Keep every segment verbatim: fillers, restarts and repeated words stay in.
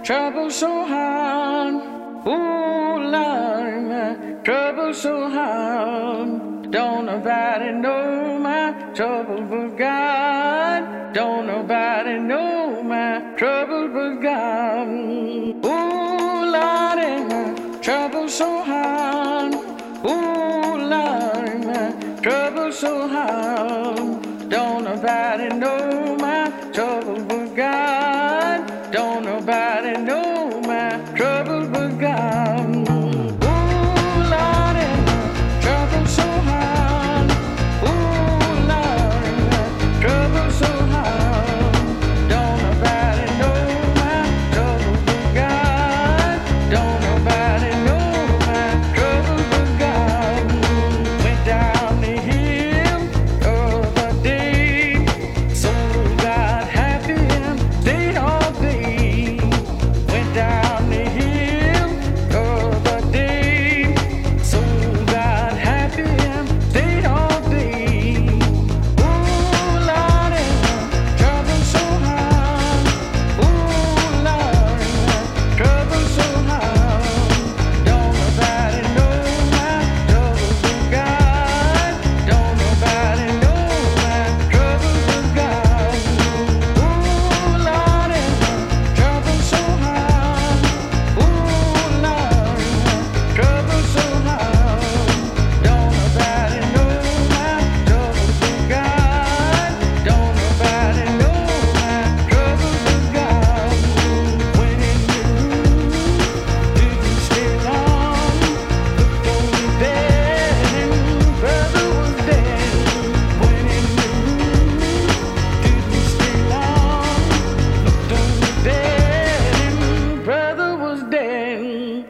trouble so hard. Ooh, Lord, my trouble so hard. Don't nobody know my trouble but God. Don't nobody know my trouble but God. Ooh, Lord, my trouble so hard. Ooh, Lord, my trouble so hard. Don't nobody know my trouble but God. Don't nobody know my trouble but God. Ooh, Lordy, my trouble so hard. Ooh, Lordy, my trouble so hard. Don't nobody know my trouble but God. Don't nobody know my trouble but God. Went down the hill of a day, so got happy and stayed all day. Went down the hill of a day, so got happy and stayed all day. Ooh, Lordy, my trouble so hard. Ooh, Lordy, my trouble so hard. Don't nobody know my trouble but God. Don't nobody know my trouble but God. Ooh, Lordy, my trouble so hard. Ooh, Lordy, my trouble so hard. Don't nobody know my trouble but God. Don't nobody know my trouble but God. When in the room, didn't stay long. Looked over there and brother was dead. When in the room, didn't stay long. Looked over there and brother was dead.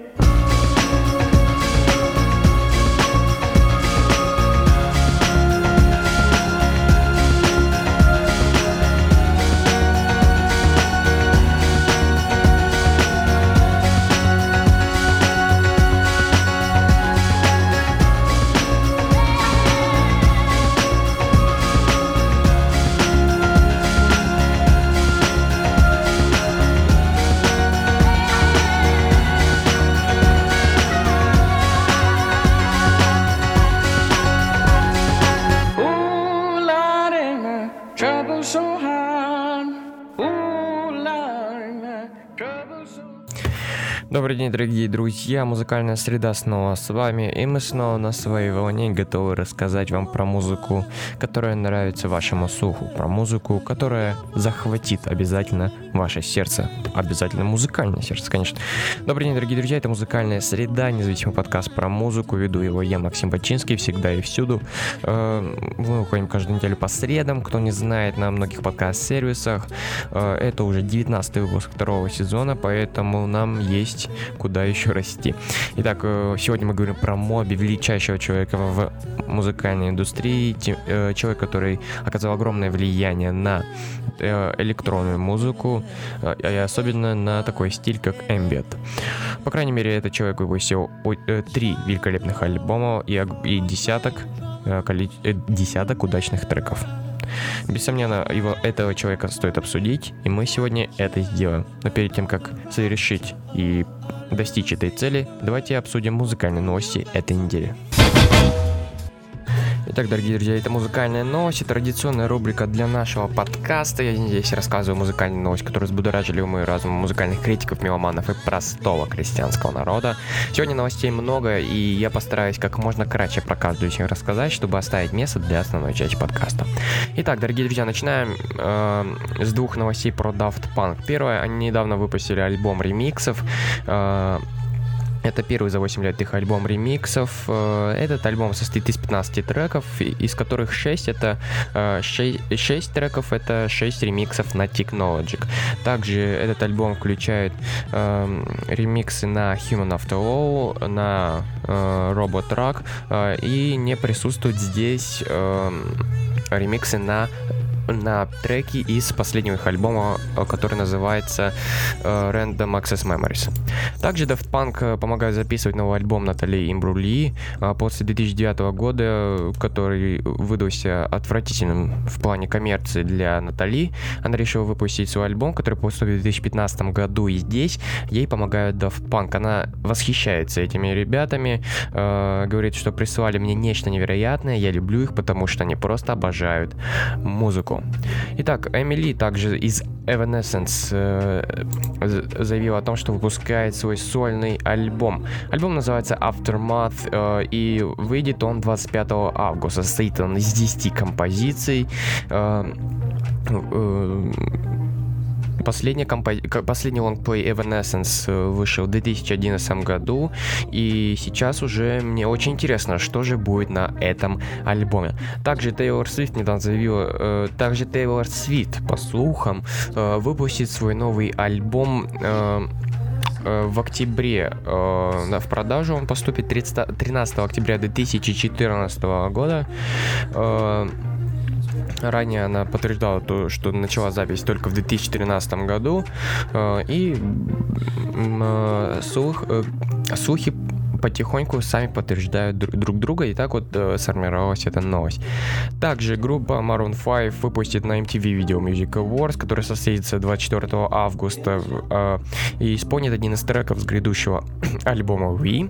Ooh, Lordy, my trouble so hard. Ooh, Lordy, my trouble so Добрый день, дорогие друзья, музыкальная среда снова с вами, и мы снова на своей волне готовы рассказать вам про музыку, которая нравится вашему слуху, про музыку, которая захватит обязательно ваше сердце, обязательно музыкальное сердце, конечно. Добрый день, дорогие друзья, это музыкальная среда, независимый подкаст про музыку, веду его я, Максим Бачинский, всегда и всюду. Мы выходим каждую неделю по средам, кто не знает, на многих подкаст-сервисах. Это уже девятнадцатый выпуск второго сезона, поэтому нам есть куда еще расти. Итак, сегодня мы говорим про Моби, величайшего человека в музыкальной индустрии, человек, который оказал огромное влияние на электронную музыку, и особенно на такой стиль, как Ambient. По крайней мере, этот человек выпустил три великолепных альбома и десяток, десяток удачных треков. Бессомненно, его, этого человека стоит обсудить, и мы сегодня это сделаем. Но перед тем, как совершить и достичь этой цели, давайте обсудим музыкальные новости этой недели. Итак, дорогие друзья, это музыкальные новости, традиционная рубрика для нашего подкаста. Я здесь рассказываю музыкальные новости, которые взбудоражили умы и разум музыкальных критиков, меломанов и простого крестьянского народа. Сегодня новостей много, и я постараюсь как можно кратче про каждую из них рассказать, чтобы оставить место для основной части подкаста. Итак, дорогие друзья, начинаем э, с двух новостей про Daft Punk. Первое, они недавно выпустили альбом ремиксов. Э, Это первый за восемь лет их альбом ремиксов. Этот альбом состоит из пятнадцати треков, из которых шесть это шесть треков это шесть ремиксов на Technologic. Также этот альбом включает э, ремиксы на Human After All, на э, Robot Rock, э, и не присутствуют здесь э, ремиксы на на треки из последнего их альбома, который называется Random Access Memories. Также Daft Punk помогают записывать новый альбом Натали Имбрули после две тысячи девятого года, который выдался отвратительным в плане коммерции для Натали. Она решила выпустить свой альбом, который поступил в две тысячи пятнадцатом году, и здесь ей помогают Daft Punk. Она восхищается этими ребятами, э, говорит, что прислали мне нечто невероятное, я люблю их, потому что они просто обожают музыку. Итак, Эмили также из Evanescence э, заявила о том, что выпускает свой сольный альбом. Альбом называется Aftermath, э, и выйдет он двадцать пятого августа. Состоит он из десяти композиций. Э, э, Последний, компози... Последний лонгплей Evanescence вышел в две тысячи одиннадцатом году, и сейчас уже мне очень интересно, что же будет на этом альбоме. Также Тейлор Свифт недавно заявила, э, также Тейлор Свифт, по слухам, э, выпустит свой новый альбом э, э, в октябре. Э, в продажу он поступит тринадцатого октября две тысячи четырнадцатого года. Э, Ранее она подтверждала то, что начала запись только в две тысячи тринадцатом году, и слух, слухи потихоньку сами подтверждают друг друга, и так вот сформировалась эта новость. Также группа Maroon пять выпустит на эм ти ви Video Music Awards, который состоится двадцать четвёртого августа, и исполнит один из треков с грядущего альбома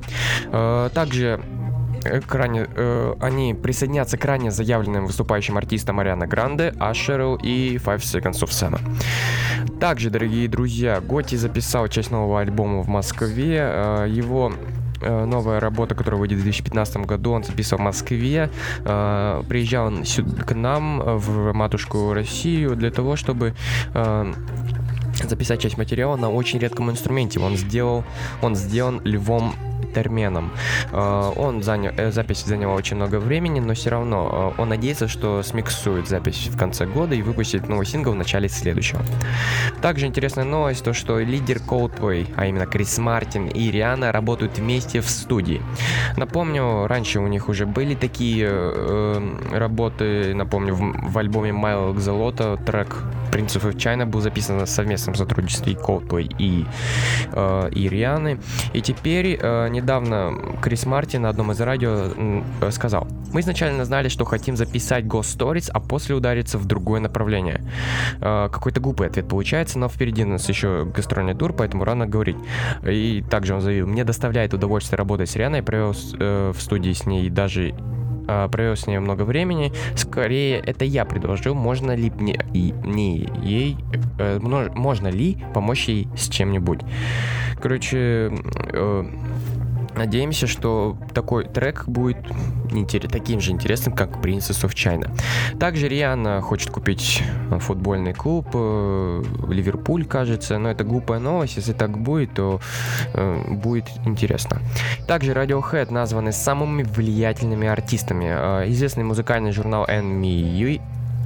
We. Также К ранее, э, они присоединятся к ранее заявленным выступающим артистам Ариана Гранде, Ашеру и Five Seconds of Summer. Также, дорогие друзья, Готти записал часть нового альбома в Москве. Э, его э, новая работа, которая выйдет в две тысячи пятнадцатом году, он записал в Москве. Э, приезжал он сюда, к нам в матушку Россию для того, чтобы Э, записать часть материала на очень редком инструменте. Он сделал, он сделан Львом Терменом. Он занял, запись заняла очень много времени, но все равно он надеется, что смиксует запись в конце года и выпустит новый сингл в начале следующего. Также интересная новость, то что лидер Coldplay, а именно Крис Мартин и Риhanna, работают вместе в студии. Напомню, раньше у них уже были такие э, работы, напомню, в, в альбоме My Like the Lotto трек Prince of China был записан в совместном сотрудничестве Coldplay и, э, и Рианы. И теперь э, недавно Крис Мартин на одном из радио э, сказал: мы изначально знали, что хотим записать Ghost Stories, а после удариться в другое направление. Э, какой-то глупый ответ получается, но впереди у нас еще гастрольный тур, поэтому рано говорить. И также он заявил: мне доставляет удовольствие работать с Рианой, провел э, в студии с ней даже провел с ней много времени. Скорее, это я предложил, можно ли мне, и, не ей, э, можно ли помочь ей с чем-нибудь. Короче, э, надеемся, что такой трек будет интерес, таким же интересным, как Princess of China. Также Риhanna хочет купить футбольный клуб, э, Ливерпуль, кажется, но это глупая новость. Если так будет, то э, будет интересно. Также Radiohead названы самыми влиятельными артистами. Э, известный музыкальный журнал Эн Эм И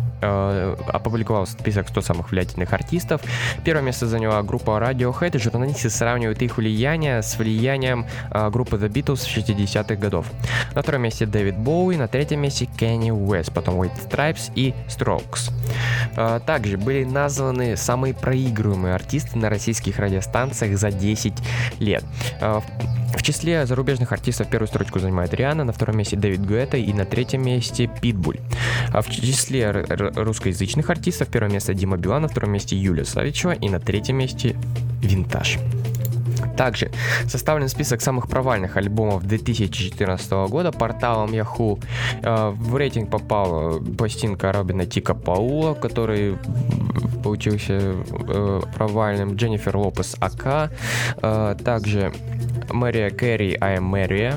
опубликовал список сто самых влиятельных артистов. Первое место заняла группа Radiohead, и журналисты сравнивают их влияние с влиянием а, группы The Beatles шестидесятых годов. На втором месте Дэвид Боуи, на третьем месте Kanye West, потом White Stripes и Strokes. А, также были названы самые проигрываемые артисты на российских радиостанциях за десять лет. А, в числе зарубежных артистов первую строчку занимает Риhanna, на втором месте Дэвид Гуэтта и на третьем месте Питбуль. А в числе р- р- русскоязычных артистов первое место Дима Билан, на втором месте Юлия Савичева и на третьем месте Винтаж. Также составлен список самых провальных альбомов две тысячи четырнадцатого года порталом Yahoo. В рейтинг попала пластинка Робина Тика Паула, который получился провальным, Дженнифер Лопес АК, также Мэрия Кэрри I Am Maria,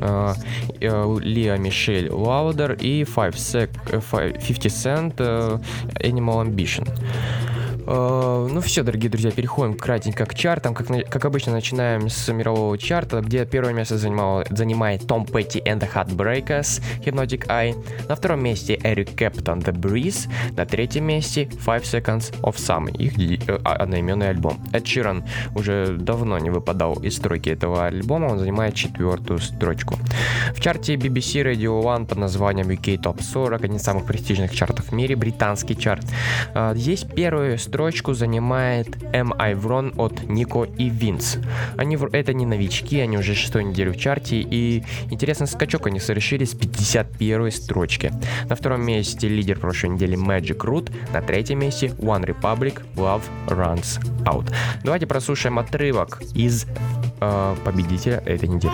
Лиа Мишель Лаудер и пятьдесят Cent Animal Ambition. Uh, ну все, дорогие друзья, переходим кратенько к чартам. Как, как обычно, начинаем с мирового чарта, где первое место занимал, занимает Tom Petty and the Heartbreakers, Hypnotic Eye. На втором месте Eric Clapton, The Breeze. На третьем месте Five Seconds of Summer, их э, одноименный альбом. Эд Ширан уже давно не выпадал из стройки этого альбома, он занимает четвертую строчку. В чарте би би си Radio One под названием ю кей Top сорок, один из самых престижных чартов в мире, британский чарт. Uh, здесь первую строчку занимает Am I Wrong от Нико и Винс. Они, это не новички, они уже шестую неделю в чарте, и интересный скачок они совершили с пятьдесят первой строчки. На втором месте лидер прошлой недели Magic Root, на третьем месте One Republic, Love Runs Out. Давайте прослушаем отрывок из э, победителя этой недели.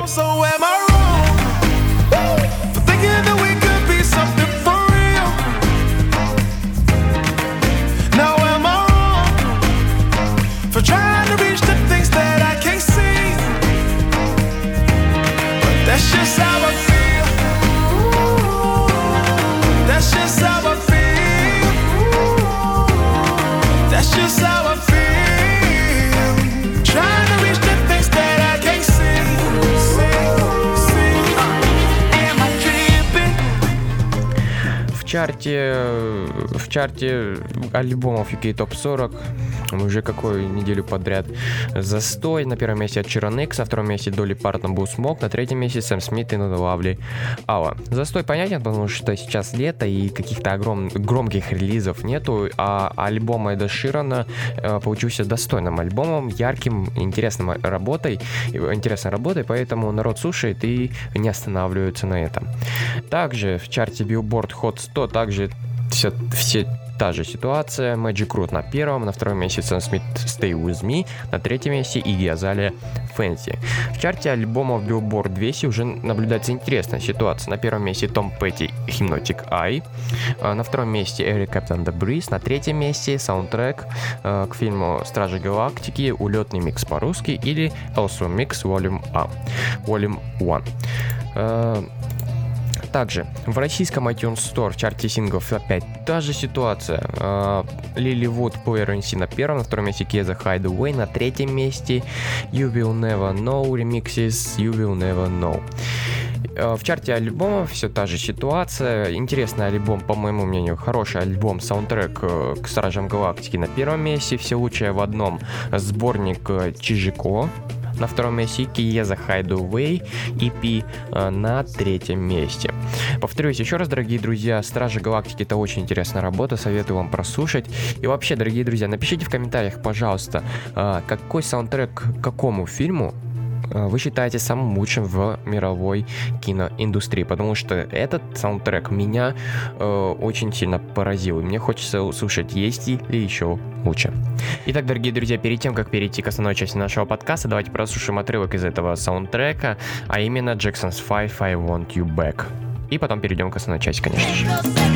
For trying to reach the things that I can't see, but that's just how I feel. That's just how I feel. That's just how I feel. Trying to reach the things that I can't see. See, see. Am I tripping? В чарте, в чарте альбомов ю кей Top сорок уже какую неделю подряд застой. На первом месте Ed Sheeran X, на втором месте Dolly Parton Blue Smoke, на третьем месте Сэм Смит и The Lovely Hour. Застой понятен, потому что сейчас лето и каких-то огром... громких релизов нету, а альбом Эда Ширана э, получился достойным альбомом, ярким, интересным работой, интересной работой, поэтому народ слушает и не останавливается на этом. Также в чарте Billboard Hot сто также все, все та же ситуация. Magic Root на первом, на втором месте Сэм Смит Stay With Me, на третьем месте Игги Азалия Fancy. В чарте альбомов Billboard двести уже наблюдается интересная ситуация. На первом месте Tom Petty Hypnotic Eye, на втором месте Eric Clapton The Breeze, на третьем месте саундтрек к фильму Стражи Галактики, улетный микс по-русски или Also Mix Volume A, Volume один. Также в российском iTunes Store в чарте синглов опять та же ситуация. Лили Вуд Player эн си на первом, на втором месте Keza Hideaway, на третьем месте You Will Never Know Remixes You Will Never Know. В чарте альбомов все та же ситуация. Интересный альбом, по моему мнению, хороший альбом, саундтрек к Стражам Галактики на первом месте, все лучшее в одном, сборник Чижико. На втором месте Keza Hideaway и пи э, на третьем месте. Повторюсь еще раз, дорогие друзья, Стражи Галактики — это очень интересная работа, советую вам прослушать. И вообще, дорогие друзья, напишите в комментариях, пожалуйста, э, какой саундтрек к какому фильму вы считаете самым лучшим в мировой киноиндустрии, потому что этот саундтрек меня э, очень сильно поразил, и мне хочется услышать, есть ли еще лучше. Итак, дорогие друзья, перед тем, как перейти к основной части нашего подкаста, давайте прослушаем отрывок из этого саундтрека, а именно Jackson's Five I Want You Back. И потом перейдем к основной части, конечно же.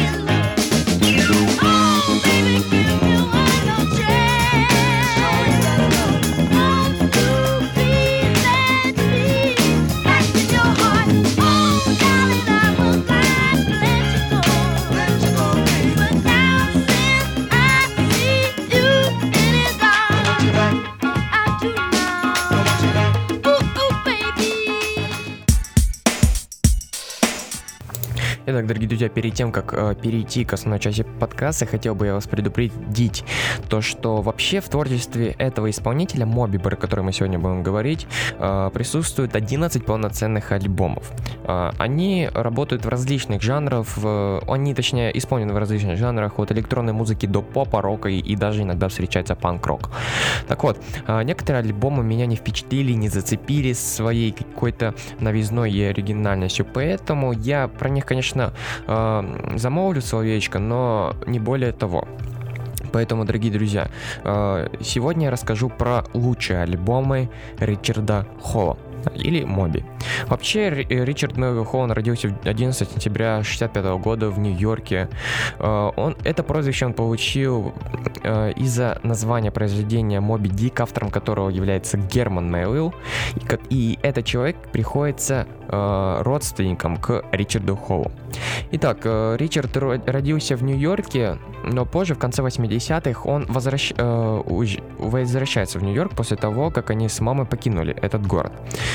Итак, дорогие друзья, перед тем, как э, перейти к основной части подкаста, хотел бы я вас предупредить, то, что вообще в творчестве этого исполнителя, Моби, про который мы сегодня будем говорить, э, присутствует одиннадцать полноценных альбомов. Э, они работают в различных жанрах, в, они, точнее, исполнены в различных жанрах, от электронной музыки до попа, рока и, и даже иногда встречается панк-рок. Так вот, э, некоторые альбомы меня не впечатлили, не зацепили своей какой-то новизной и оригинальностью, поэтому я про них, конечно, замолвлю словечко, но не более того. Поэтому, дорогие друзья, сегодня я расскажу про лучшие альбомы Ричарда Холла. или Моби. Вообще, Ричард Мелвилл-Хоун родился одиннадцатого сентября шестьдесят пятого года в Нью-Йорке. Он, это прозвище он получил из-за названия произведения Моби Дик, автором которого является Герман Мелвилл. И, и этот человек приходится родственником к Ричарду Хоу. Итак, Ричард родился в Нью-Йорке, но позже, в конце восьмидесятых, он возвращ... возвращается в Нью-Йорк после того, как они с мамой покинули этот город.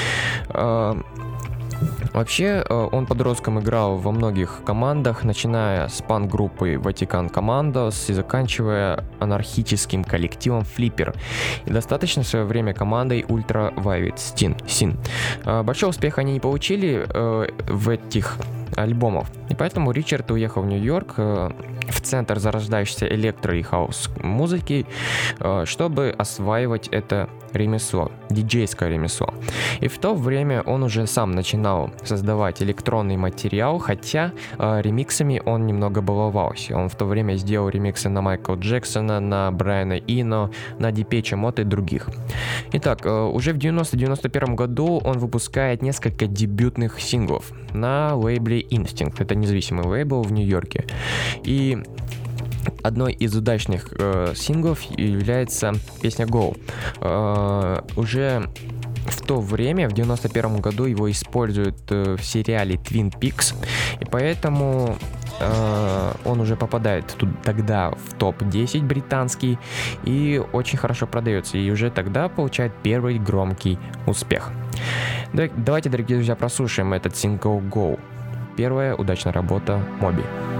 Вообще, он подростком играл во многих командах, начиная с панк-группы Vatican Commandos и заканчивая анархическим коллективом Flipper. И достаточно в свое время командой Ultra Vivid Sin. Большого успеха они не получили э, в этих альбомах. И поэтому Ричард уехал в Нью-Йорк, э, в центр зарождающейся электро- и хаус-музыки, э, чтобы осваивать это ремесло, диджейское ремесло. И в то время он уже сам начинал создавать электронный материал, хотя э, ремиксами он немного баловался. Он в то время сделал ремиксы на Майкла Джексона, на Брайана Ино, на Депеча Мод и других. Итак, э, уже в девяносто-девяносто первом году он выпускает несколько дебютных синглов на лейбле Instinct. Это независимый лейбл в Нью-Йорке. И одной из удачных э, синглов является песня Go. Э, уже в то время, в девяносто первом году, его используют э, в сериале Twin Peaks, и поэтому э, он уже попадает тут, тогда в топ десять британский и очень хорошо продается, и уже тогда получает первый громкий успех. Давайте, дорогие друзья, прослушаем этот сингл Go. Первая удачная работа Моби.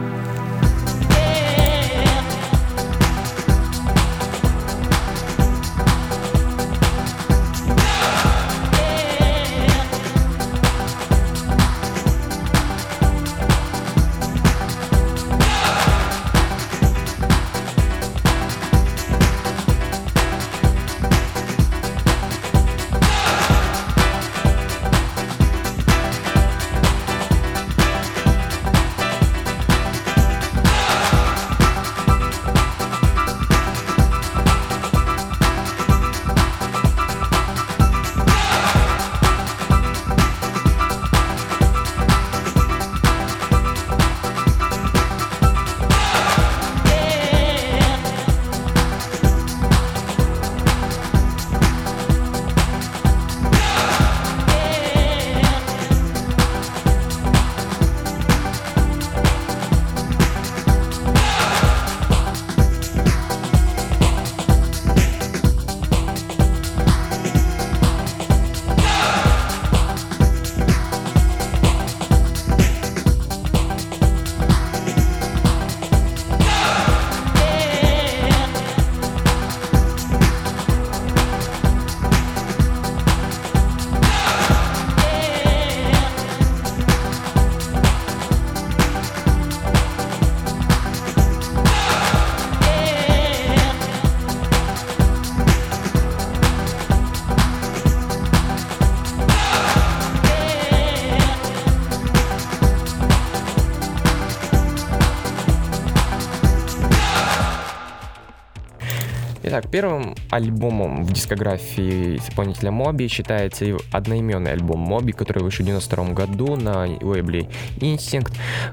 Итак, первым альбомом в дискографии исполнителя Моби считается одноименный альбом Моби, который вышел в девяносто втором году на лейбле Instinct.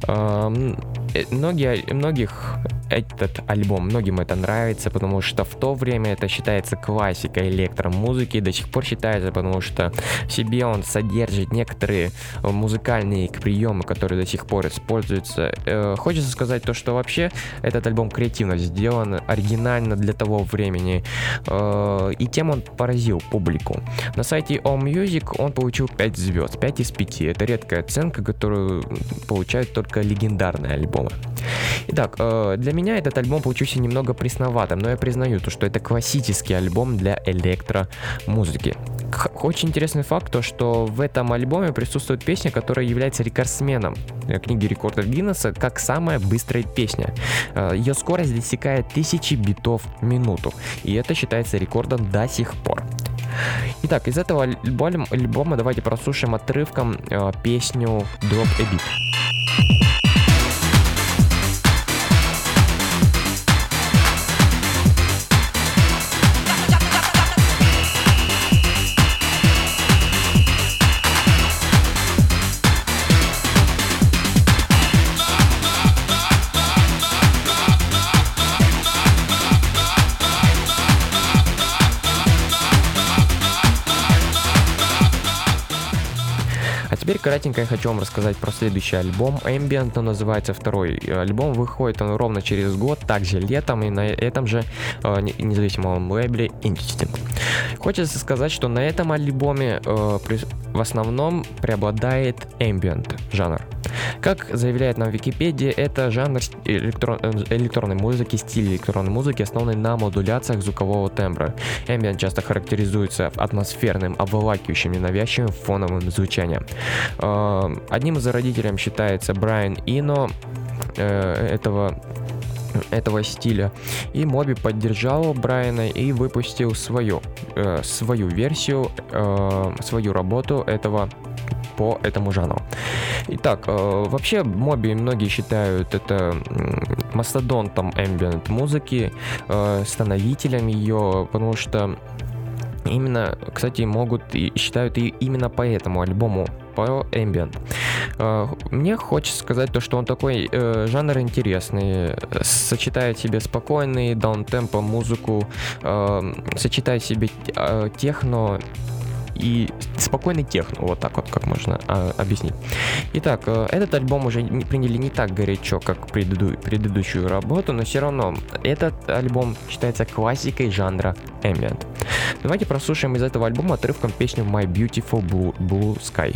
Многие, многих этот альбом, многим это нравится, потому что в то время это считается классикой электромузыки, до сих пор считается, потому что в себе он содержит некоторые музыкальные приемы, которые до сих пор используются. Хочется сказать то, что вообще этот альбом креативно сделан, оригинально для того времени, и тем он поразил публику. На сайте AllMusic он получил пять звезд, пять из пяти. Это редкая оценка, которую получают только легендарные альбомы. Итак, для меня этот альбом получился немного пресноватым, но я признаю то, что это классический альбом для электромузыки. Очень интересный факт, то, что в этом альбоме присутствует песня, которая является рекордсменом книги рекордов Гиннесса как самая быстрая песня. Ее скорость достигает тысячи битов в минуту, и это считается рекордом до сих пор. Итак, из этого альбома, альбома давайте прослушаем отрывком э, песню Drop a Beat. теперь кратенько я хочу вам рассказать про следующий альбом. Ambient, он называется второй альбом. Выходит он ровно через год, также летом, и на этом же э, независимом лейбле Instinct. Хочется сказать, что на этом альбоме э, при, в основном преобладает Ambient жанр. Как заявляет нам Википедия, это жанр электрон, электронной музыки, стиль электронной музыки, основанный на модуляциях звукового тембра. Ambient часто характеризуется атмосферным, обволакивающим и навязчивым фоновым звучанием. Одним из зародителей считается Брайан Ино этого этого стиля, и Моби поддержал Брайана и выпустил свою э, свою версию, э, свою работу этого по этому жанру. Итак, э, вообще Моби многие считают это мастодонтом ambient музыки, э, становителем ее, потому что именно, кстати, могут и считают и именно по этому альбому, по Ambient. Мне хочется сказать то, что он такой э, жанр интересный, сочетает в себе спокойный даунтемпо музыку, э, сочетает в себе э, техно и спокойный техно, вот так вот, как можно а, объяснить. Итак, э, этот альбом уже не, приняли не так горячо, как преду, предыдущую работу, но все равно этот альбом считается классикой жанра Ambient. Давайте прослушаем из этого альбома отрывком песню My Beautiful Blue, Blue Sky.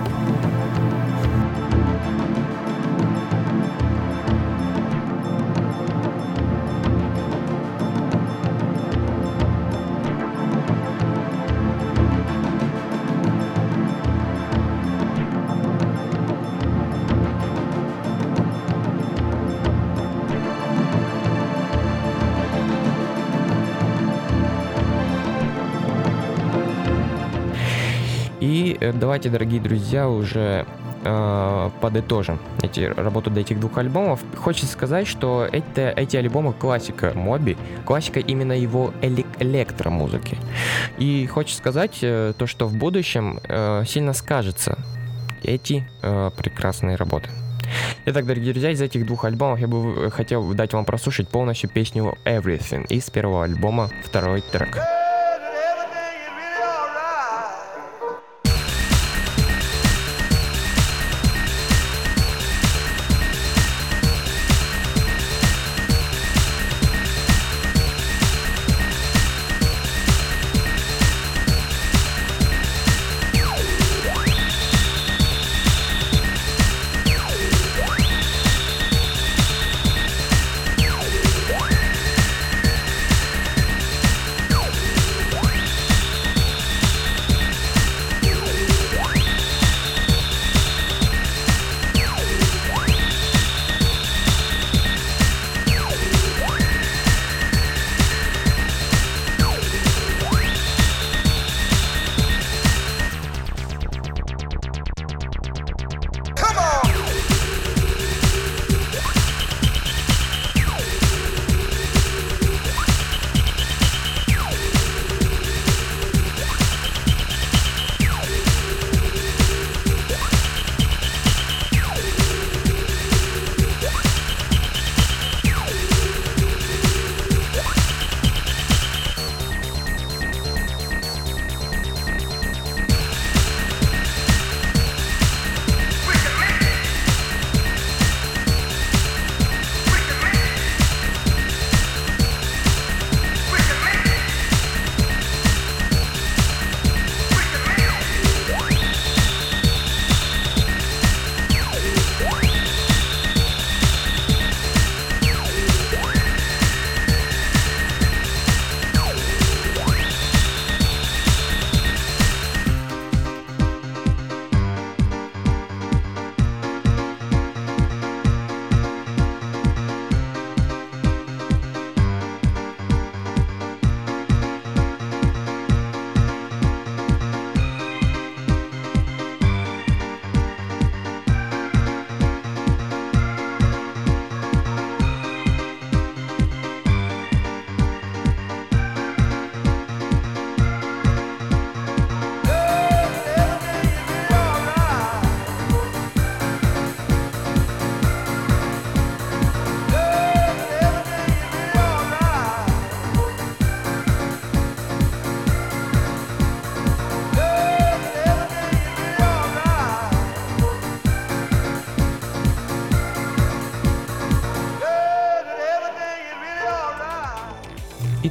И давайте, дорогие друзья, уже э, подытожим эти работу до этих двух альбомов. Хочется сказать, что это, эти альбомы классика Моби, классика именно его элек- электромузыки. И хочется сказать э, то, что в будущем э, сильно скажется эти э, прекрасные работы. Итак, дорогие друзья, из этих двух альбомов я бы хотел дать вам прослушать полностью песню Everything из первого альбома, второй трек.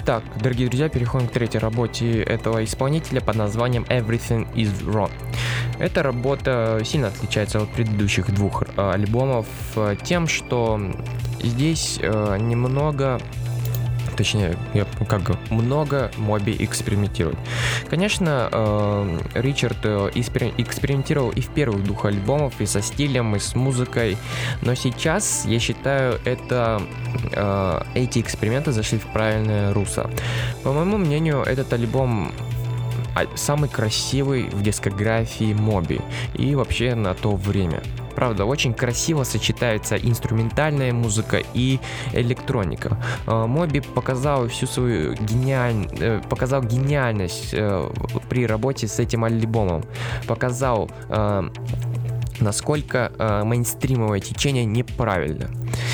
Итак, дорогие друзья, переходим к третьей работе этого исполнителя под названием Everything is Wrong. Эта работа сильно отличается от предыдущих двух э, альбомов э, тем, что здесь э, немного, точнее, я, как много Моби экспериментирует. Конечно, э, Ричард э, экспер- экспериментировал и в первых двух альбомах, и со стилем, и с музыкой, но сейчас, я считаю, это э, эти эксперименты зашли в правильное русло. По моему мнению, этот альбом самый красивый в дискографии Моби и вообще на то время. Правда, очень красиво сочетается инструментальная музыка и электроника. Моби показал всю свою гениаль... показал гениальность при работе с этим альбомом. Показал, насколько мейнстримовое течение неправильно.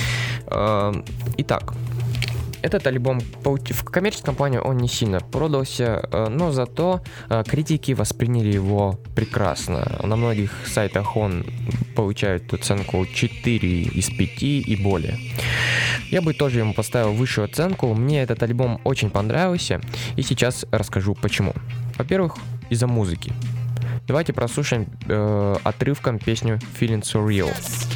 Итак, этот альбом в коммерческом плане он не сильно продался, но зато критики восприняли его прекрасно. На многих сайтах он получает оценку четыре из пяти и более. Я бы тоже ему поставил высшую оценку. Мне этот альбом очень понравился, и сейчас расскажу почему. Во-первых, из-за музыки. Давайте прослушаем э, отрывком песню Feeling So Real.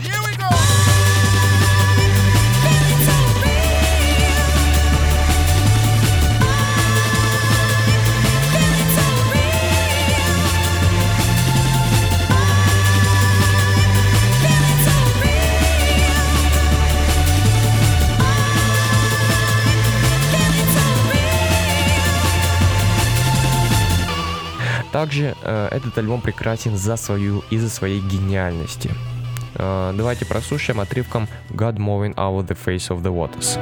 Также э, этот альбом прекрасен за свою, из-за своей гениальности. Э, давайте прослушаем отрывком God Moving Over the Face of the Waters.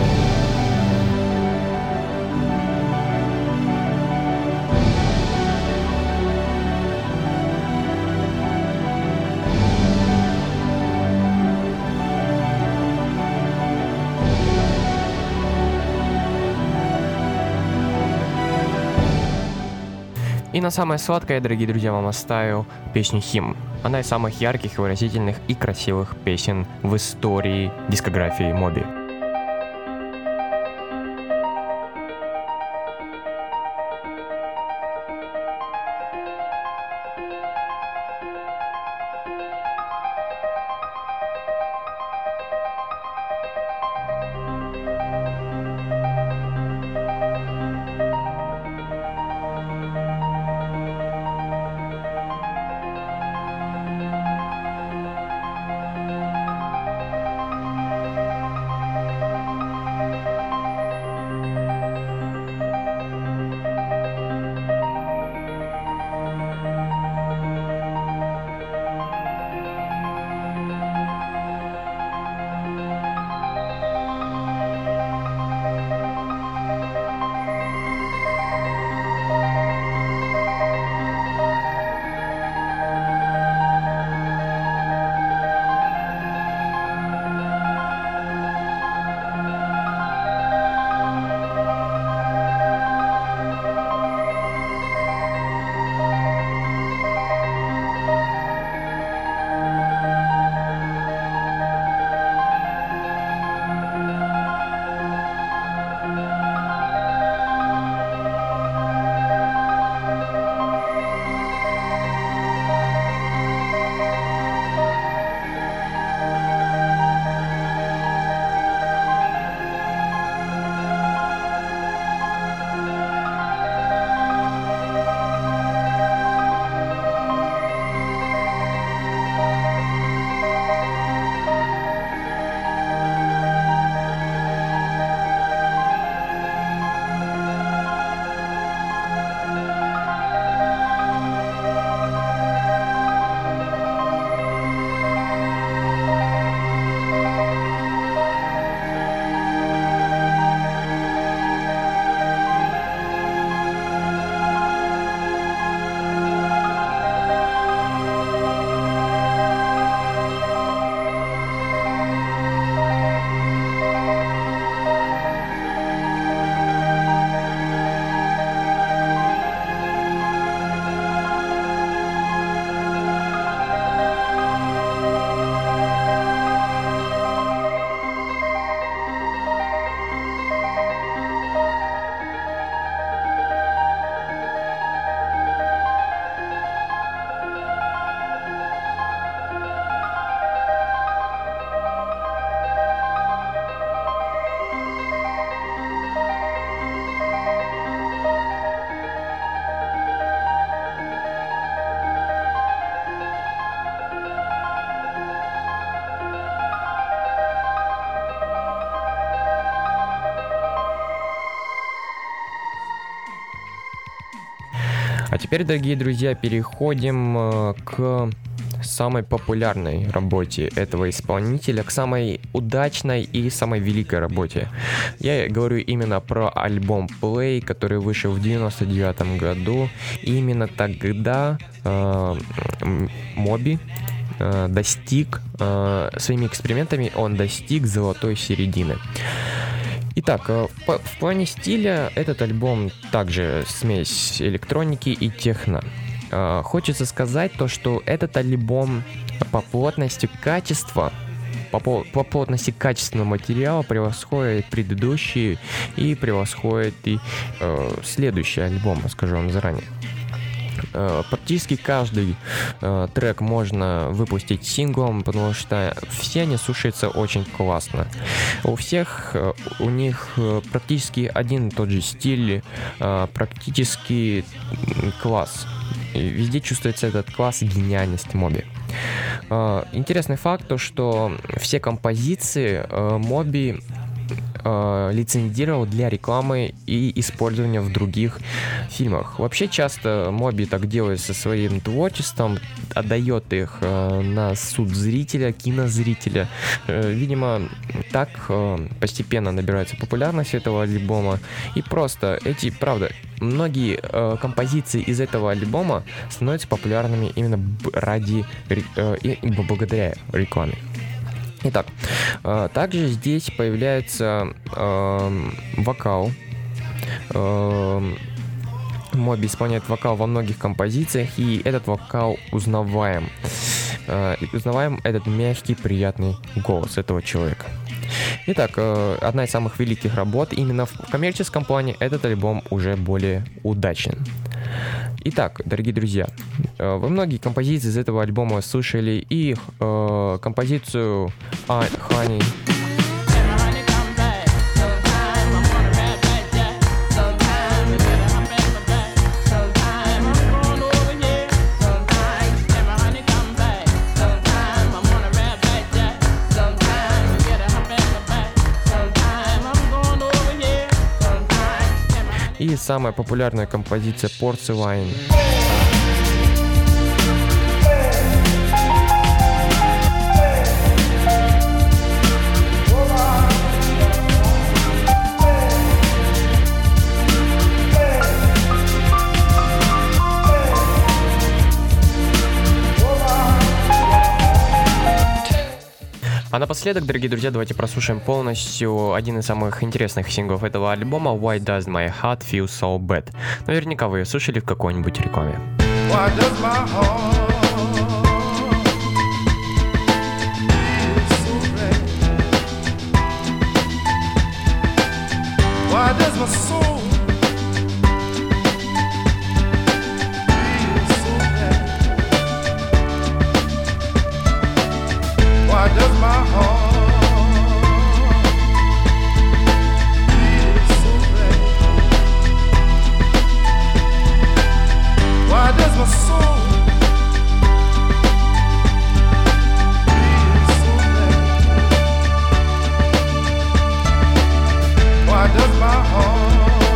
И на самое сладкое, дорогие друзья, вам оставил песню Him. Она из самых ярких, выразительных и красивых песен в истории дискографии Моби. А теперь, дорогие друзья, переходим э, к самой популярной работе этого исполнителя, к самой удачной и самой великой работе. Я говорю именно про альбом Play, который вышел в девяносто девятом году. И именно тогда э, Моби э, достиг, э, своими экспериментами он достиг золотой середины. Итак, в плане стиля этот альбом также смесь электроники и техно. Хочется сказать то, что этот альбом по плотности качества, по, по плотности качественного материала превосходит предыдущие и превосходит и э, следующий альбом, скажу вам заранее. Практически каждый э, трек можно выпустить синглом, потому что все они слушаются очень классно. У всех э, у них э, практически один и тот же стиль, э, практически класс. И везде чувствуется этот класс и гениальность Моби. Э, интересный факт, то, что все композиции э, Моби лицензировал для рекламы и использования в других фильмах. Вообще часто Моби так делает со своим творчеством, отдает их э, на суд зрителя, кинозрителя. Э, видимо, так э, постепенно набирается популярность этого альбома. И просто эти, правда, многие э, композиции из этого альбома становятся популярными именно ради э, и благодаря рекламе. Итак, э, также здесь появляется э, вокал. Э, Моби исполняет вокал во многих композициях, и этот вокал узнаваем. Э, узнаваем этот мягкий, приятный голос этого человека. Итак, э, одна из самых великих работ. Именно в коммерческом плане этот альбом уже более удачен. Итак, дорогие друзья, вы многие композиции из этого альбома слышали, и э, композицию Honey. И самая популярная композиция Porcelain. А напоследок, дорогие друзья, давайте прослушаем полностью один из самых интересных синглов этого альбома Why Does My Heart Feel So Bad. Наверняка вы ее слушали в какой-нибудь рекламе. Why does my heart feel so bad? Why does my soul feel so bad? Why does my heart feel so bad? Why does my soul feel so bad? Why does my heart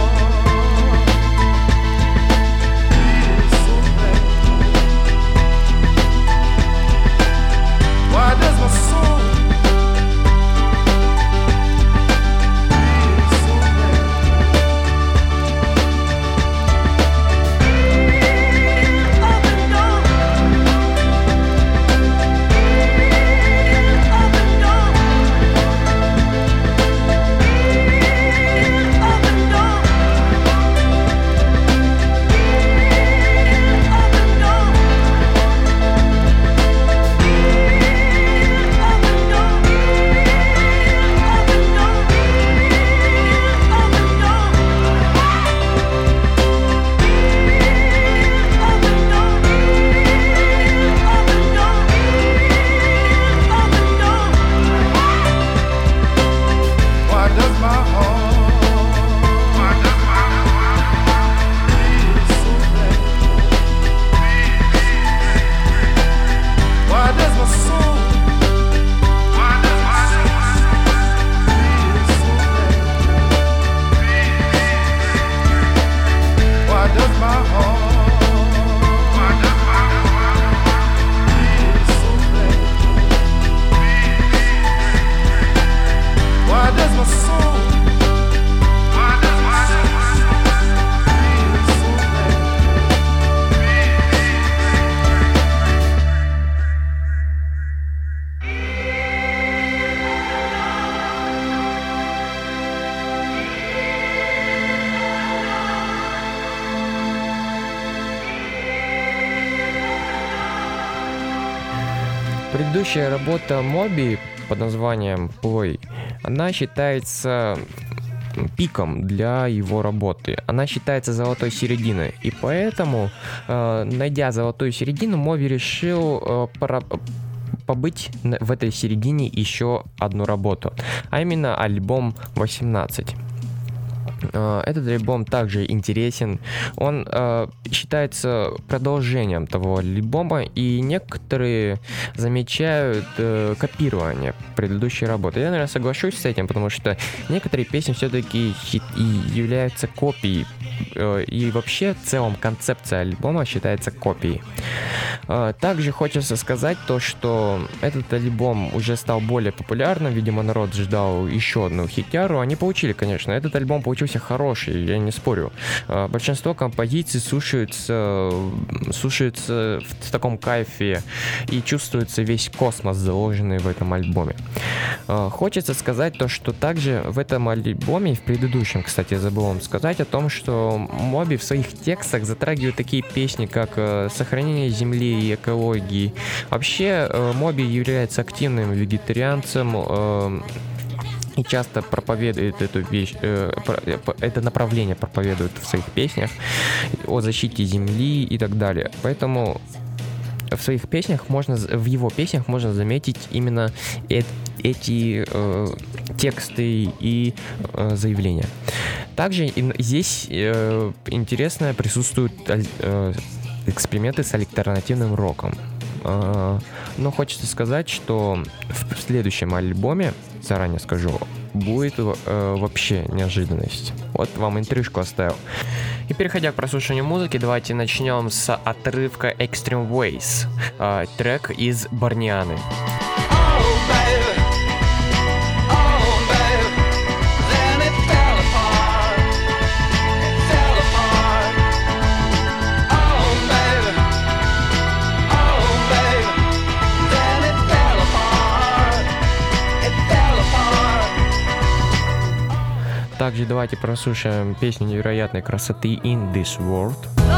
Предыдущая работа Моби под названием Play, она считается пиком для его работы. Она считается золотой серединой. И поэтому, э, найдя золотую середину, Моби решил э, пора... побыть в этой середине еще одну работу, а именно альбом восемнадцать. Этот альбом также интересен, он э, считается продолжением того альбома, и некоторые замечают э, копирование предыдущей работы. Я, наверное, соглашусь с этим, потому что некоторые песни все-таки и являются копией, э, и вообще в целом концепция альбома считается копией. Э, также хочется сказать то, что этот альбом уже стал более популярным, видимо, народ ждал еще одну хитяру, они получили, конечно, этот альбом получился хороший, я не спорю. Большинство композиций слушаются, слушаются в таком кайфе и чувствуется весь космос, заложенный в этом альбоме. Хочется сказать то, что также в этом альбоме, в предыдущем, кстати, забыл вам сказать о том, что Моби в своих текстах затрагивает такие песни, как сохранение земли и экологии. Вообще, Моби является активным вегетарианцем, и часто проповедует эту вещь, э, это направление проповедует в своих песнях о защите земли и так далее. Поэтому в своих песнях можно, в его песнях можно заметить именно э, эти э, тексты и э, заявления. Также и здесь э, интересно присутствуют э, эксперименты с альтернативным роком. Но хочется сказать, что в следующем альбоме, заранее скажу, будет э, вообще неожиданность. Вот вам интрижку оставил. И переходя к прослушиванию музыки, давайте начнем с отрывка Extreme Ways, э, трек из Барнианы. Также давайте прослушаем песню невероятной красоты In This World.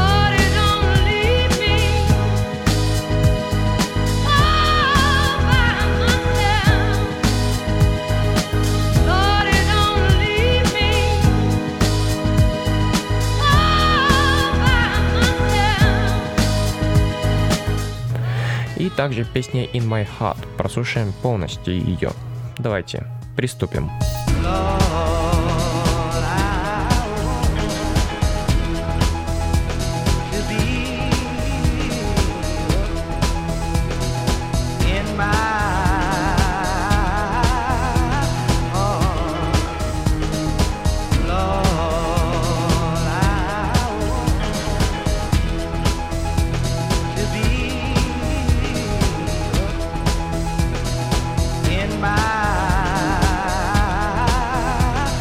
И также песня In My Heart. Прослушаем полностью ее. Давайте приступим. In my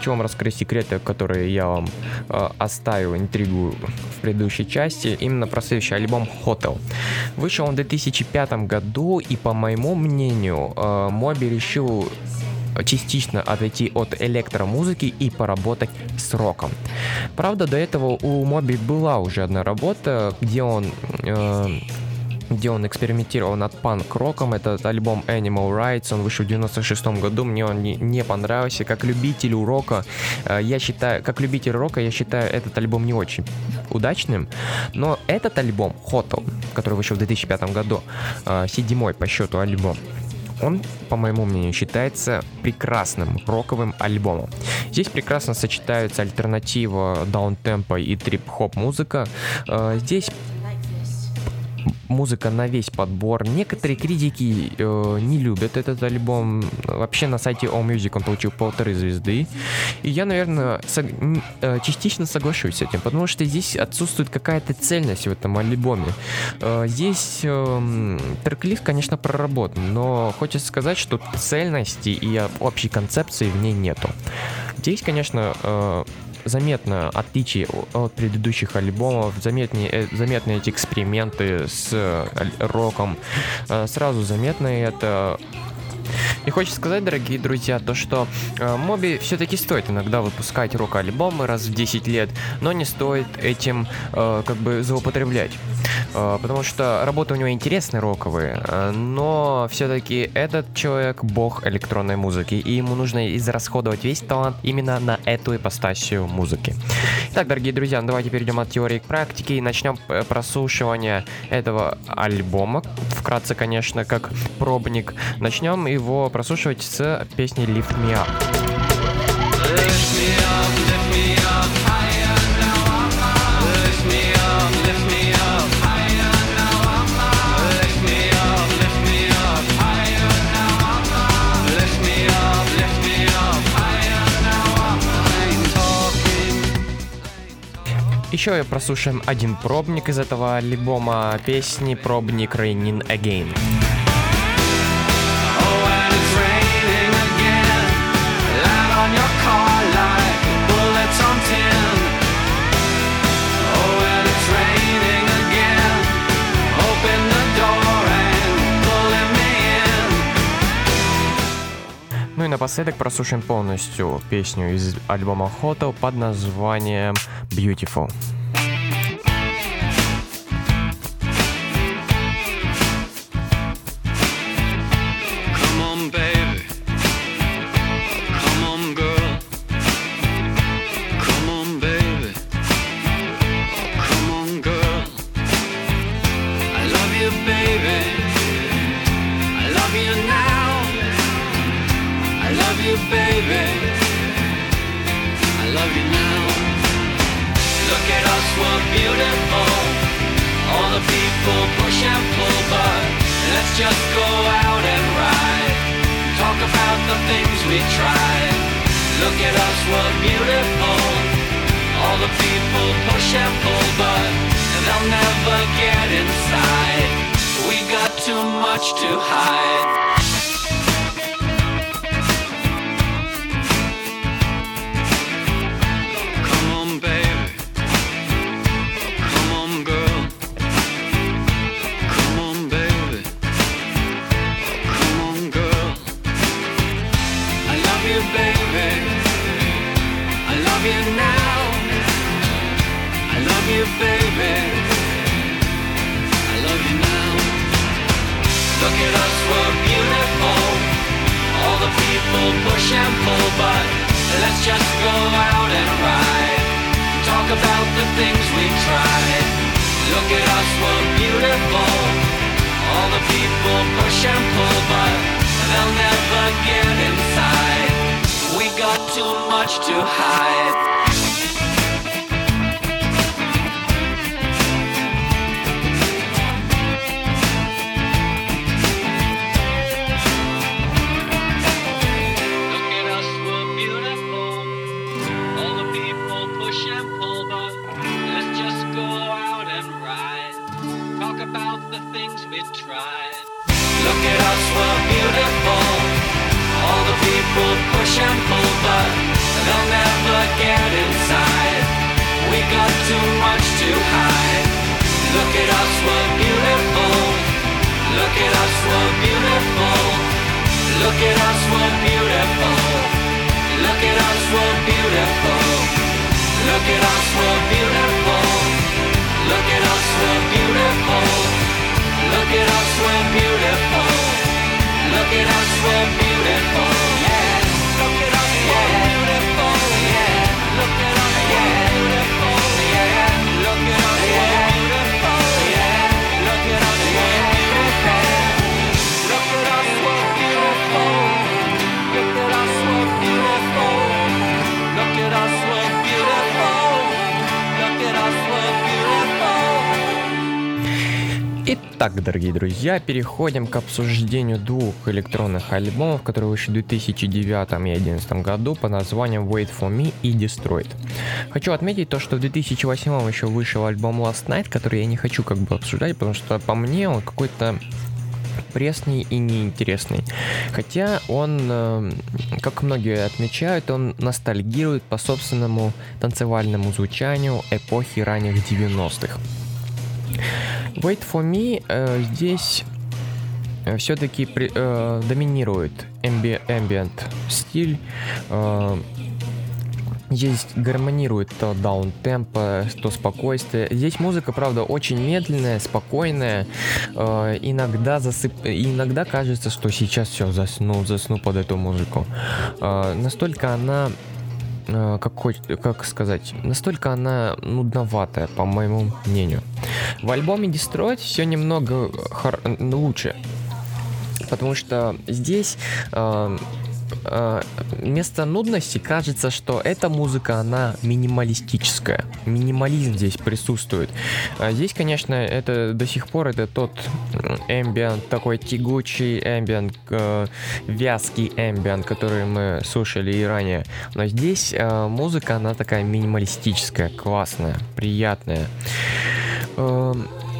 хочу вам раскрыть секреты, которые я вам э, оставил интригу в предыдущей части, именно про следующий альбом Hotel. Вышел он в две тысячи пятом году, и по моему мнению, э, Моби решил частично отойти от электромузыки и поработать с роком. Правда, до этого у Моби была уже одна работа, где он э, где он экспериментировал над панк-роком. Этот альбом Animal Rights, он вышел в девяносто шестом году, мне он не, не понравился. Как любителю рока, э, я считаю, как любитель рока, я считаю этот альбом не очень удачным. Но этот альбом, Hotel, который вышел в две тысячи пятом году, э, седьмой по счету альбом, он, по моему мнению, считается прекрасным роковым альбомом. Здесь прекрасно сочетаются альтернатива, даунтемпо и трип-хоп музыка. Э, здесь музыка на весь подбор. Некоторые критики э, не любят этот альбом. Вообще на сайте AllMusic он получил полторы звезды. И я, наверное, сог- э, частично соглашусь с этим, потому что здесь отсутствует какая-то цельность в этом альбоме. Э, здесь э, трек-лист, конечно, проработан, но хочется сказать, что цельности и общей концепции в ней нету. Здесь, конечно, э, заметно отличие от предыдущих альбомов, заметнее, заметны эти эксперименты с роком, сразу заметно это. И хочется сказать, дорогие друзья, то что э, Моби все-таки стоит иногда выпускать рок-альбомы раз в десять лет, но не стоит этим э, как бы злоупотреблять. Э, потому что работы у него интересные роковые, э, но все-таки этот человек бог электронной музыки, и ему нужно израсходовать весь талант именно на эту ипостасию музыки. Итак, дорогие друзья, давайте перейдем от теории к практике и начнем прослушивание этого альбома. Вкратце, конечно, как пробник. Начнем его прослушивать с песни Lift Me Up. Lift me up, lift me up, higher now I'm up. Lift me up, lift me up, higher now I'm up. Lift me up, lift me up, higher now I'm up. Lift me up, lift me up, higher now I'm up. I'm talking. Еще прослушаем один пробник из этого альбома, песни пробник Raining Again. Ну и напоследок прослушаем полностью песню из альбома Hotel под названием Beautiful. All the people push and pull, but they'll never Look at us, we're beautiful. Look at us, we're beautiful. Look at us, we're beautiful. Look at us, we're beautiful. Look at us, we're beautiful. Look at us, we're beautiful. Yeah. Look at us, we're beautiful. Yeah. Look at us, we're beautiful. Yeah. Look at us, we're beautiful. Yeah. Look at us, we're beautiful. Look at us, we're beautiful. Look at us, we're beautiful. Look at us, we're beautiful. Look at us, we're beautiful. Итак, дорогие друзья, переходим к обсуждению двух электронных альбомов, которые вышли в две тысячи девятом и две тысячи одиннадцатом году под названием Wait For Me и Destroyed. Хочу отметить то, что в две тысячи восьмом еще вышел альбом Last Night, который я не хочу как бы обсуждать, потому что по мне он какой-то пресный и неинтересный. Хотя он, как многие отмечают, он ностальгирует по собственному танцевальному звучанию эпохи ранних девяностых. Wait For Me э, здесь э, все-таки при, э, доминирует ambi- ambient стиль. Э, здесь гармонирует то даунтемпо, то спокойствие. Здесь музыка, правда, очень медленная, спокойная. Э, иногда, засып... иногда кажется, что сейчас все, засну, засну под эту музыку. Э, настолько она... Как, как сказать, настолько она нудноватая, по моему мнению. В альбоме Destroyed все немного хор- лучше, потому что здесь э, э, вместо нудности кажется, что эта музыка, она минималистическая. Минимализм здесь присутствует. А здесь, конечно, это до сих пор это тот эмбиент, такой тягучий эмбиент, э, вязкий эмбиент, который мы слушали и ранее. Но здесь э, музыка, она такая минималистическая, классная, приятная. Э,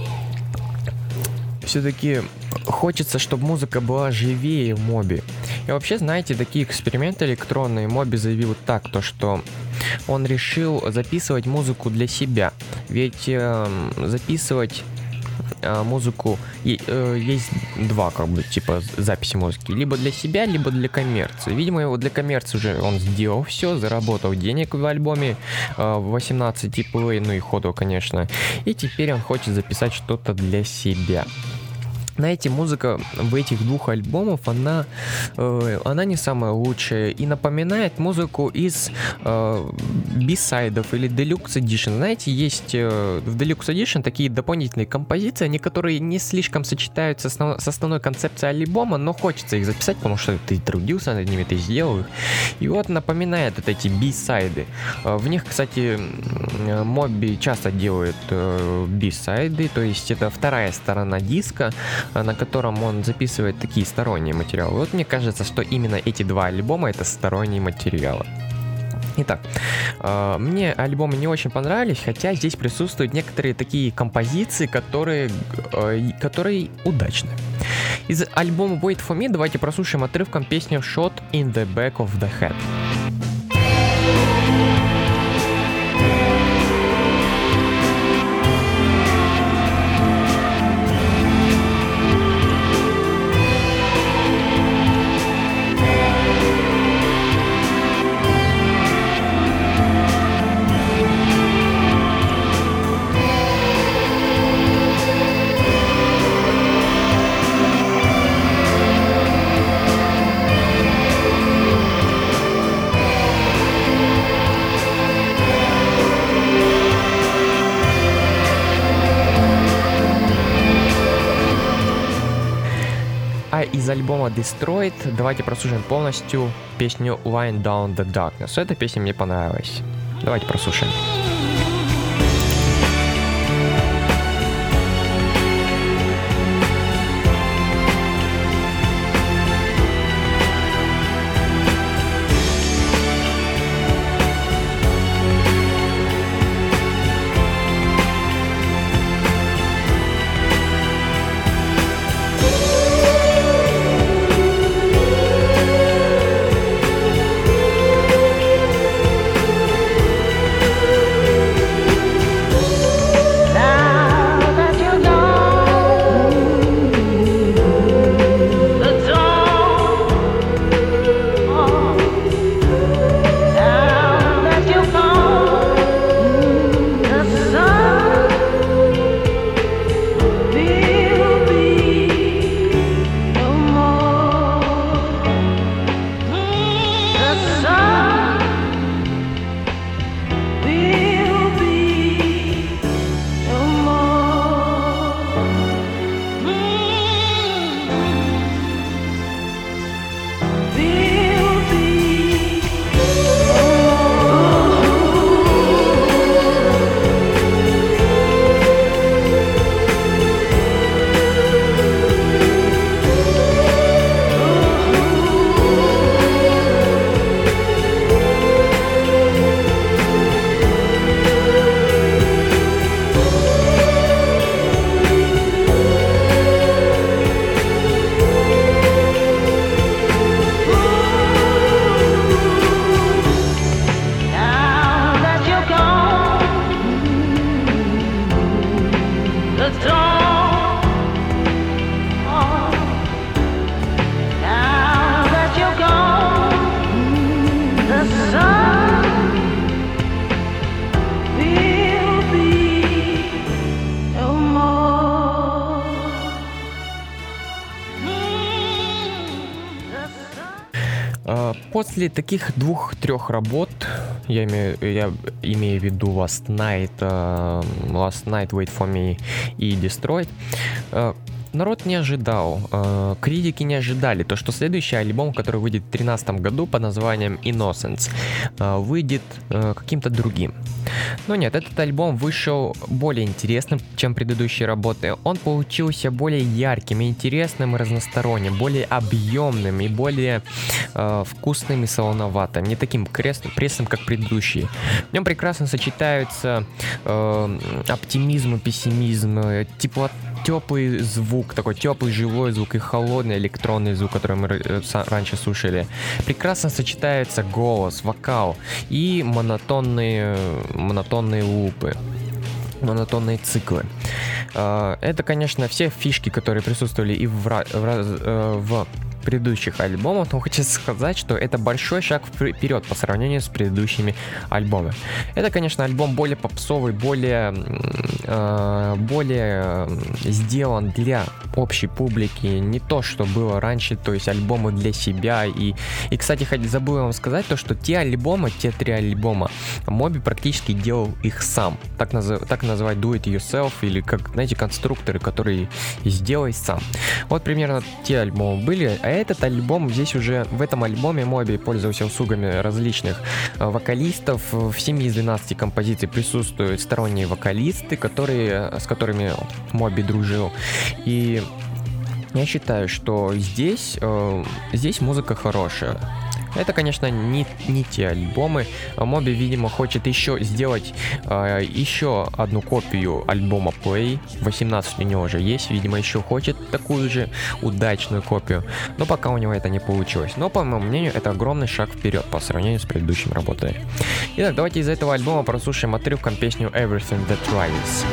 все-таки хочется, чтобы музыка была живее в мобе. И вообще, знаете, такие эксперименты электронные Моби заявил так, то что он решил записывать музыку для себя. Ведь э, записывать э, музыку е- э, есть два как бы типа записи музыки. Либо для себя, либо для коммерции. Видимо, его для коммерции уже он сделал все, заработал денег в альбоме э, восемнадцать ти пи эй, ну и ходу, конечно. И теперь он хочет записать что-то для себя. Знаете, музыка в этих двух альбомах, она, э, она не самая лучшая и напоминает музыку из э, би-сайдов или Deluxe Edition. Знаете, есть э, в Deluxe Edition такие дополнительные композиции, они которые не слишком сочетаются с, основ, с основной концепцией альбома, но хочется их записать, потому что ты трудился над ними, ты сделал их. И вот напоминает вот эти би-сайды. Э, в них, кстати, Моби часто делает э, би-сайды, то есть это вторая сторона диска, на котором он записывает такие сторонние материалы. Вот мне кажется, что именно эти два альбома — это сторонние материалы. Итак, э, мне альбомы не очень понравились, хотя здесь присутствуют некоторые такие композиции, которые, э, которые удачны. Из альбома Wait For Me давайте прослушаем отрывком песню Shot in the Back of the Head. А из альбома Destroyed давайте прослушаем полностью песню Line Down the Darkness. Эта песня мне понравилась. Давайте прослушаем. после таких двух-трех работ, я имею, я имею в виду Last Night, uh, Last Night, Wait For Me и Destroyed, uh, народ не ожидал, э, критики не ожидали, то, что следующий альбом, который выйдет в две тысячи тринадцатом году под названием Innocence, э, выйдет э, каким-то другим. Но нет, этот альбом вышел более интересным, чем предыдущие работы. Он получился более ярким, интересным и разносторонним, более объемным и более э, вкусным и солоноватым, не таким кресным, пресным, как предыдущие. В нем прекрасно сочетаются э, оптимизм и пессимизм, э, теплота, теплый звук, такой теплый живой звук и холодный электронный звук, который мы раньше слушали. Прекрасно сочетается голос, вокал и монотонные, монотонные лупы, монотонные циклы. Это, конечно, все фишки, которые присутствовали и в, в, в предыдущих альбомов, но хочется сказать, что это большой шаг вперед по сравнению с предыдущими альбомами. Это, конечно, альбом более попсовый, более, э, более сделан для общей публики, не то, что было раньше, то есть альбомы для себя. И, и кстати, забыл вам сказать то, что те альбомы, те три альбома, Моби практически делал их сам. Так, назыв, так называть do it yourself, или как, знаете, конструкторы, которые сделай сам. Вот примерно те альбомы были. А этот альбом, здесь уже в этом альбоме Моби пользовался услугами различных вокалистов. В семи из двенадцати композиций присутствуют сторонние вокалисты, которые, с которыми Моби дружил. И я считаю, что здесь, э, здесь музыка хорошая. Это, конечно, не, не те альбомы. Моби, видимо, хочет еще сделать э, еще одну копию альбома Play. восемнадцать у него уже есть, видимо, еще хочет такую же удачную копию. Но пока у него это не получилось. Но, по моему мнению, это огромный шаг вперед по сравнению с предыдущими работами. Итак, давайте из этого альбома прослушаем отрывком песню Everything That Rises.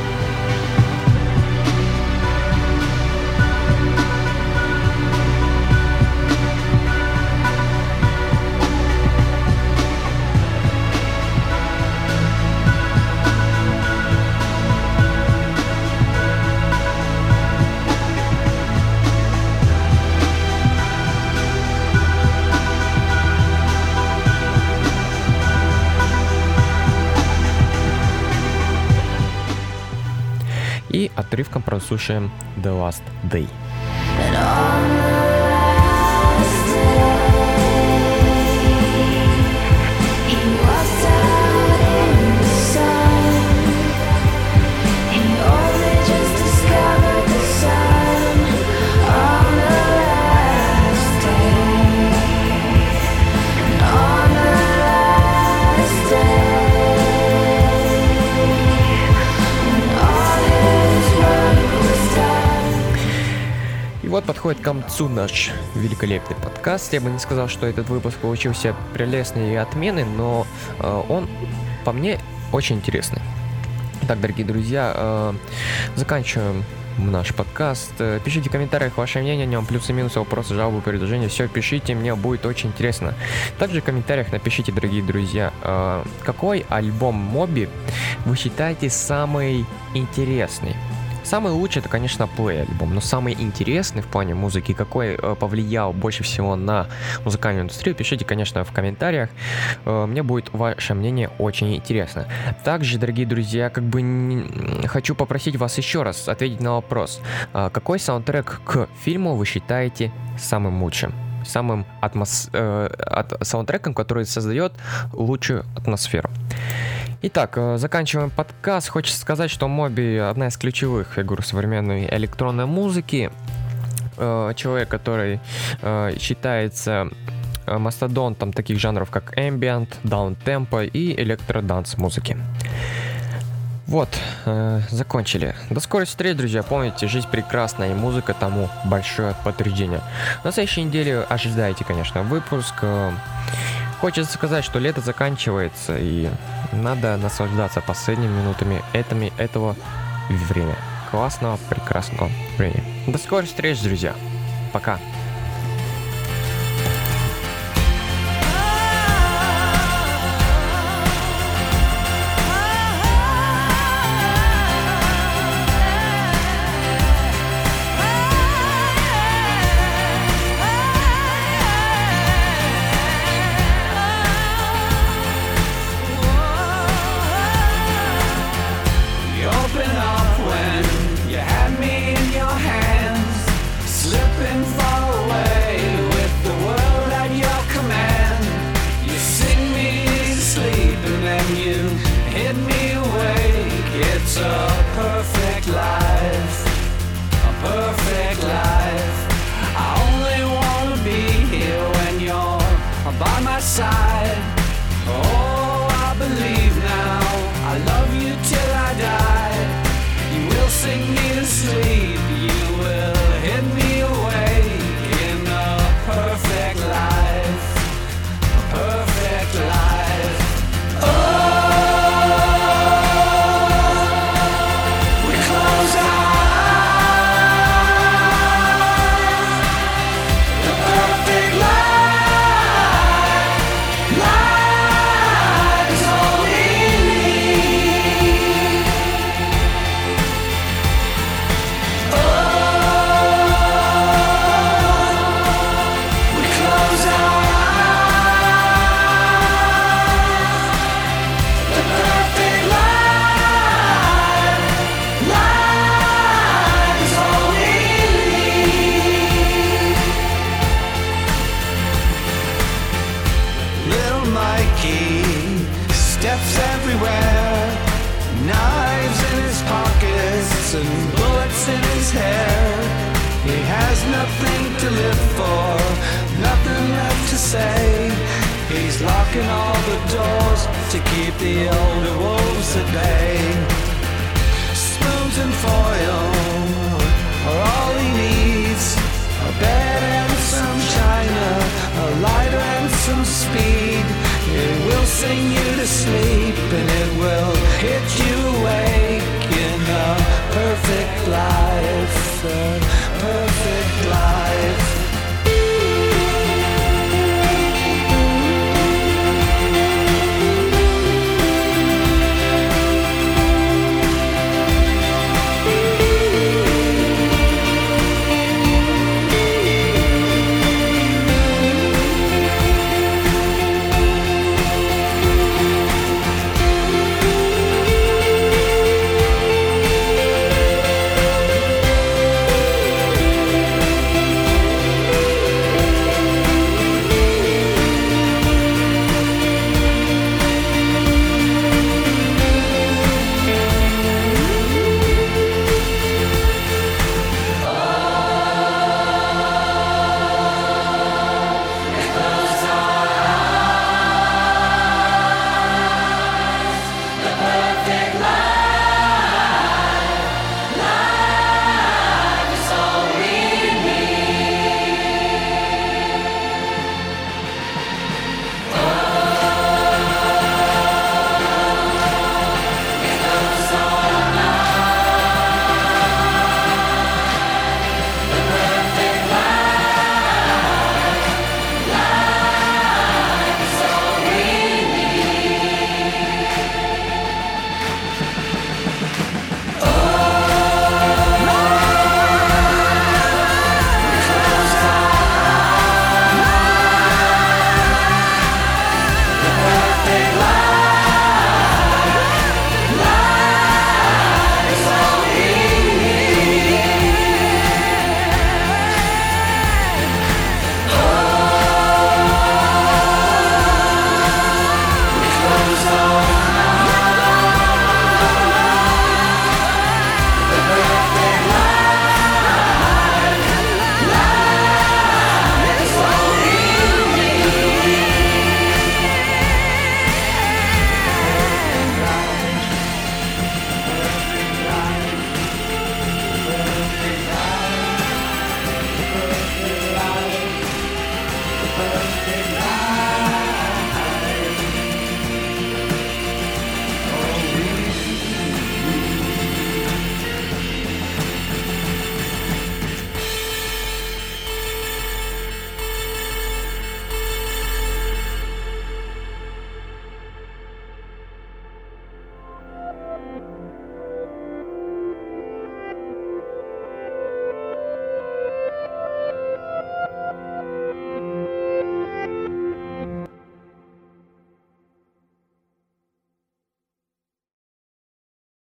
И отрывком прослушаем The Last Day. Вот подходит к концу наш великолепный подкаст. Я бы не сказал, что этот выпуск получился прелестный и отменный, но э, он, по мне, очень интересный. Итак, дорогие друзья, э, заканчиваем наш подкаст. Пишите в комментариях ваше мнение о нем, плюсы, минусы, вопросы, жалобы, предложения. Все пишите, мне будет очень интересно. Также в комментариях напишите, дорогие друзья, э, какой альбом Моби вы считаете самый интересный. Самый лучший — это, конечно, Play альбом, но самый интересный в плане музыки, какой э, повлиял больше всего на музыкальную индустрию, пишите, конечно, в комментариях. Э, мне будет ваше мнение очень интересно. Также, дорогие друзья, как бы не... хочу попросить вас еще раз ответить на вопрос. Э, какой саундтрек к фильму вы считаете самым лучшим? Самым атмос... э, от... саундтреком, который создает лучшую атмосферу. Итак, заканчиваем подкаст. Хочется сказать, что Моби — одна из ключевых фигур современной электронной музыки. Человек, который считается мастодонтом таких жанров, как ambient, даунтемпо и электроданс музыки. Вот, э, закончили. До скорой встречи, друзья. Помните, жизнь прекрасна, и музыка тому большое подтверждение. На следующей неделе ожидайте, конечно, выпуск. Хочется сказать, что лето заканчивается, и надо наслаждаться последними минутами этими, этого времени. Классного, прекрасного времени. До скорой встречи, друзья. Пока. It's a perfect life, a perfect life. I only wanna be here when you're by my side. Oh, I believe now, I love you till I die. You will sing me to sleep, you will hit me awake in a perfect life, a perfect life. Oh, we close our eyes, the perfect life, life is all we need. Oh, we close our eyes, the perfect life, life is all we need. Little Mikey steps everywhere, knives in his pockets and bullets in his hair. He has nothing to live for, nothing left to say. He's locking all the doors to keep the older wolves at bay. Spoons and foil are all he needs. A bed and some china, a lighter and some speed. It will sing you to sleep and it will